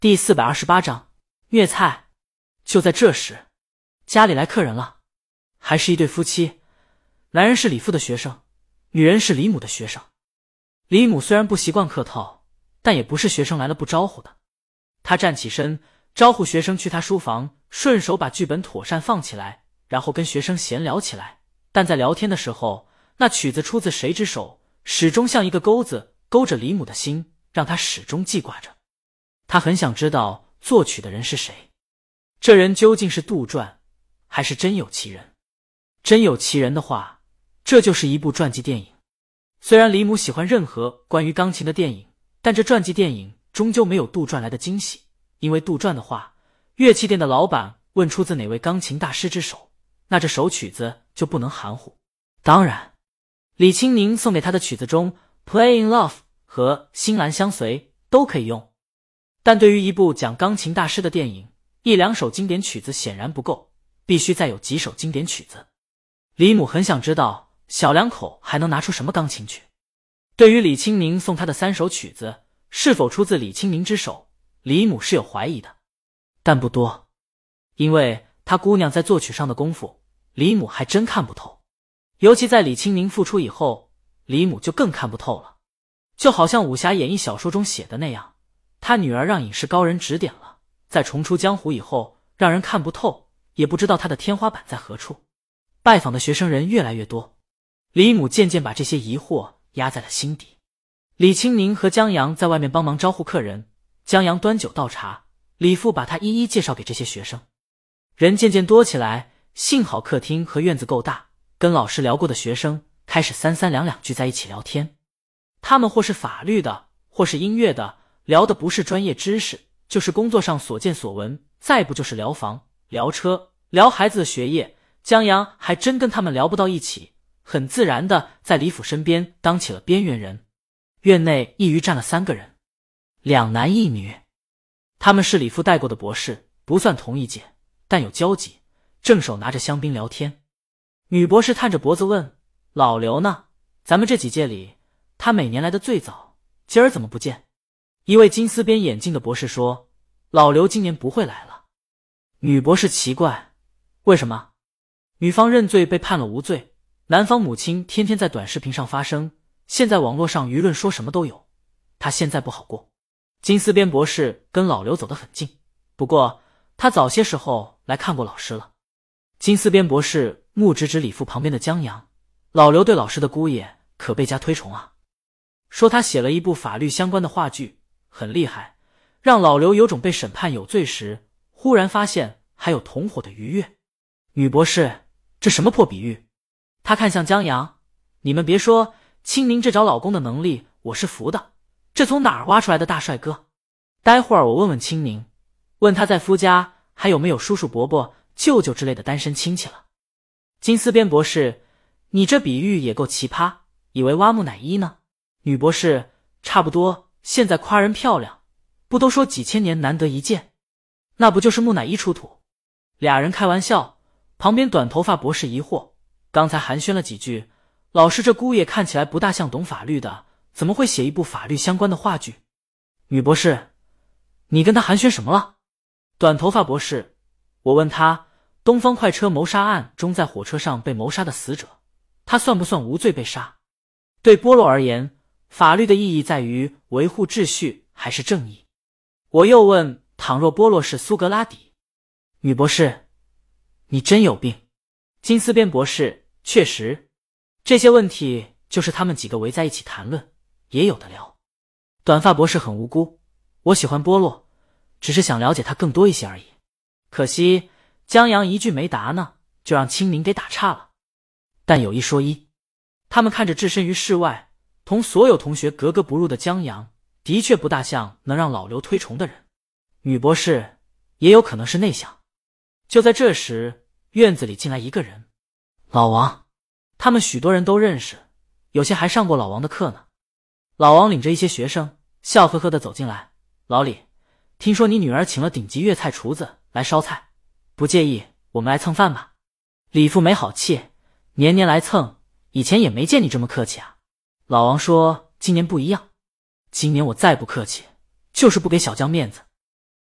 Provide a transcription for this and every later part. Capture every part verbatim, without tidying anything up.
第四百二十八章虐菜。就在这时，家里来客人了，还是一对夫妻，男人是李父的学生，女人是李母的学生。李母虽然不习惯客套，但也不是学生来了不招呼的。她站起身，招呼学生去她书房，顺手把剧本妥善放起来，然后跟学生闲聊起来。但在聊天的时候，那曲子出自谁之手，始终像一个钩子勾着李母的心，让她始终记挂着。她很想知道作曲的人是谁，这人究竟是杜撰，还是真有其人？真有其人的话，这就是一部传记电影。虽然李母喜欢任何关于钢琴的电影，但这传记电影终究没有杜撰来的惊喜。因为杜撰的话，乐器店的老板问出自哪位钢琴大师之手，那这首曲子就不能含糊。当然，李清宁送给他的曲子中 Play in Love 和心兰相随都可以用，但对于一部讲钢琴大师的电影，一两首经典曲子显然不够，必须再有几首经典曲子。李母很想知道小两口还能拿出什么钢琴曲。对于李清宁送他的三首曲子是否出自李清宁之手，李母是有怀疑的，但不多，因为他姑娘在作曲上的功夫，李母还真看不透。尤其在李清宁复出以后，李母就更看不透了。就好像武侠演义小说中写的那样，他女儿让影视高人指点了，在重出江湖以后，让人看不透，也不知道他的天花板在何处。拜访的学生人越来越多，李母渐渐把这些疑惑压在了心底。李清宁和江阳在外面帮忙招呼客人，江阳端酒倒茶，李父把他一一介绍给这些学生。人渐渐多起来，幸好客厅和院子够大，跟老师聊过的学生开始三三两两聚在一起聊天。他们或是法律的，或是音乐的，聊的不是专业知识，就是工作上所见所闻，再不就是聊房、聊车、聊孩子的学业。江阳还真跟他们聊不到一起，很自然的在李府身边当起了边缘人。院内一余站了三个人，两男一女，他们是李父带过的博士，不算同一届，但有交集，正手拿着香槟聊天。女博士探着脖子问：老刘呢？咱们这几届里，他每年来的最早，今儿怎么不见？一位金丝边眼镜的博士说：老刘今年不会来了。女博士奇怪：为什么？女方认罪被判了无罪，男方母亲天天在短视频上发声，现在网络上舆论说什么都有，他现在不好过。金丝边博士跟老刘走得很近，不过他早些时候来看过老师了。金丝边博士目指指李父旁边的江阳，老刘对老师的姑爷可倍加推崇啊，说他写了一部法律相关的话剧，很厉害，让老刘有种被审判有罪时忽然发现还有同伙的愉悦。女博士，这什么破比喻？他看向江阳，你们别说，清宁这找老公的能力我是服的，这从哪儿挖出来的大帅哥？待会儿我问问清宁，问他在夫家还有没有叔叔伯伯舅舅之类的单身亲戚了。金丝边博士，你这比喻也够奇葩，以为挖木乃伊呢？女博士，差不多，现在夸人漂亮，不都说几千年难得一见，那不就是木乃伊出土？俩人开玩笑，旁边短头发博士疑惑，刚才寒暄了几句，老师这姑爷看起来不大像懂法律的，怎么会写一部法律相关的话剧？女博士，你跟他寒暄什么了？短头发博士，我问他，东方快车谋杀案中在火车上被谋杀的死者，他算不算无罪被杀？对波洛而言，法律的意义在于维护秩序还是正义？我又问，倘若波洛是苏格拉底？女博士，你真有病。金丝边博士，确实，这些问题就是他们几个围在一起谈论，也有的聊。短发博士很无辜，我喜欢波洛，只是想了解他更多一些而已。可惜江阳一句没答呢，就让清明给打岔了。但有一说一，他们看着置身于世外，同所有同学格格不入的江阳，的确不大像能让老刘推崇的人。女博士，也有可能是内向。就在这时，院子里进来一个人，老王。他们许多人都认识，有些还上过老王的课呢。老王领着一些学生，笑呵呵地走进来。老李，听说你女儿请了顶级粤菜厨子来烧菜，不介意我们来蹭饭吧？李父没好气，年年来蹭，以前也没见你这么客气啊。老王说，今年不一样，今年我再不客气，就是不给小江面子。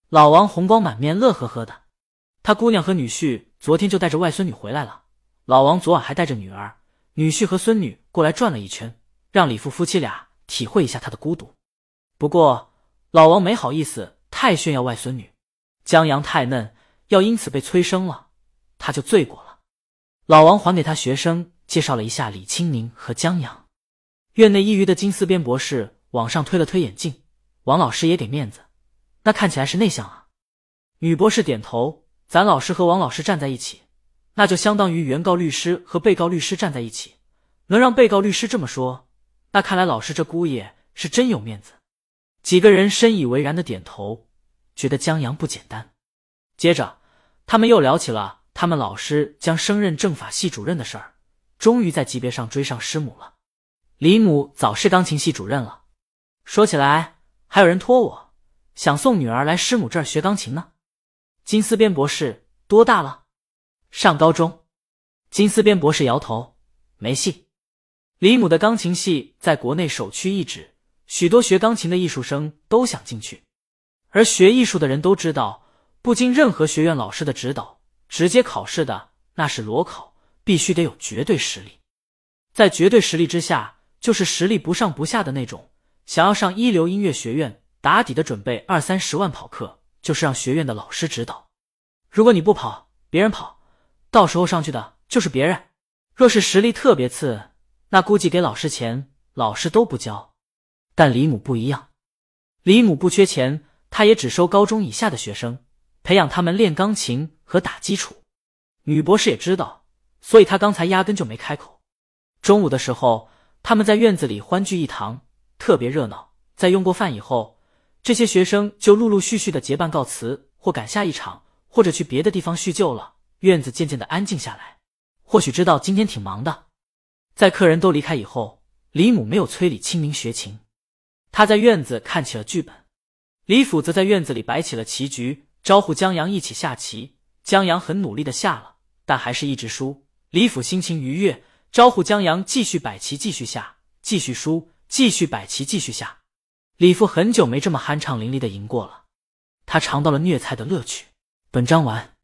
老王红光满面，乐呵呵的。他姑娘和女婿昨天就带着外孙女回来了，老王昨晚还带着女儿、女婿和孙女过来转了一圈，让李父夫妻俩体会一下他的孤独。不过老王没好意思太炫耀外孙女，江阳太嫩，要因此被催生了，他就罪过了。老王还给他学生介绍了一下李清明和江阳。院内一隅的金丝边博士往上推了推眼镜，王老师也给面子，那看起来是内向啊。女博士点头，咱老师和王老师站在一起，那就相当于原告律师和被告律师站在一起，能让被告律师这么说，那看来老师这姑爷是真有面子。几个人深以为然的点头，觉得江阳不简单。接着他们又聊起了他们老师将升任政法系主任的事儿，终于在级别上追上师母了。李母早是钢琴系主任了，说起来还有人托我想送女儿来师母这儿学钢琴呢。金丝边博士多大了？上高中。金丝边博士摇头，没戏。李母的钢琴系在国内首屈一指，许多学钢琴的艺术生都想进去，而学艺术的人都知道，不经任何学院老师的指导，直接考试的那是裸考，必须得有绝对实力。在绝对实力之下，就是实力不上不下的那种。想要上一流音乐学院，打底的准备二三十万跑课，就是让学院的老师指导。如果你不跑，别人跑，到时候上去的就是别人。若是实力特别次，那估计给老师钱，老师都不交。但李母不一样，李母不缺钱，他也只收高中以下的学生，培养他们练钢琴和打基础。女博士也知道，所以他刚才压根就没开口。中午的时候，他们在院子里欢聚一堂，特别热闹。在用过饭以后，这些学生就陆陆续续的结伴告辞，或赶下一场，或者去别的地方叙旧了。院子渐渐的安静下来，或许知道今天挺忙的。在客人都离开以后，李母没有催李清明学琴，他在院子看起了剧本。李府则在院子里摆起了棋局，招呼江阳一起下棋。江阳很努力的下了，但还是一直输。李府心情愉悦，招呼江阳继续摆棋，继续下，继续输，继续摆棋，继续下。李父很久没这么酣畅淋漓的赢过了，他尝到了虐菜的乐趣。本章完。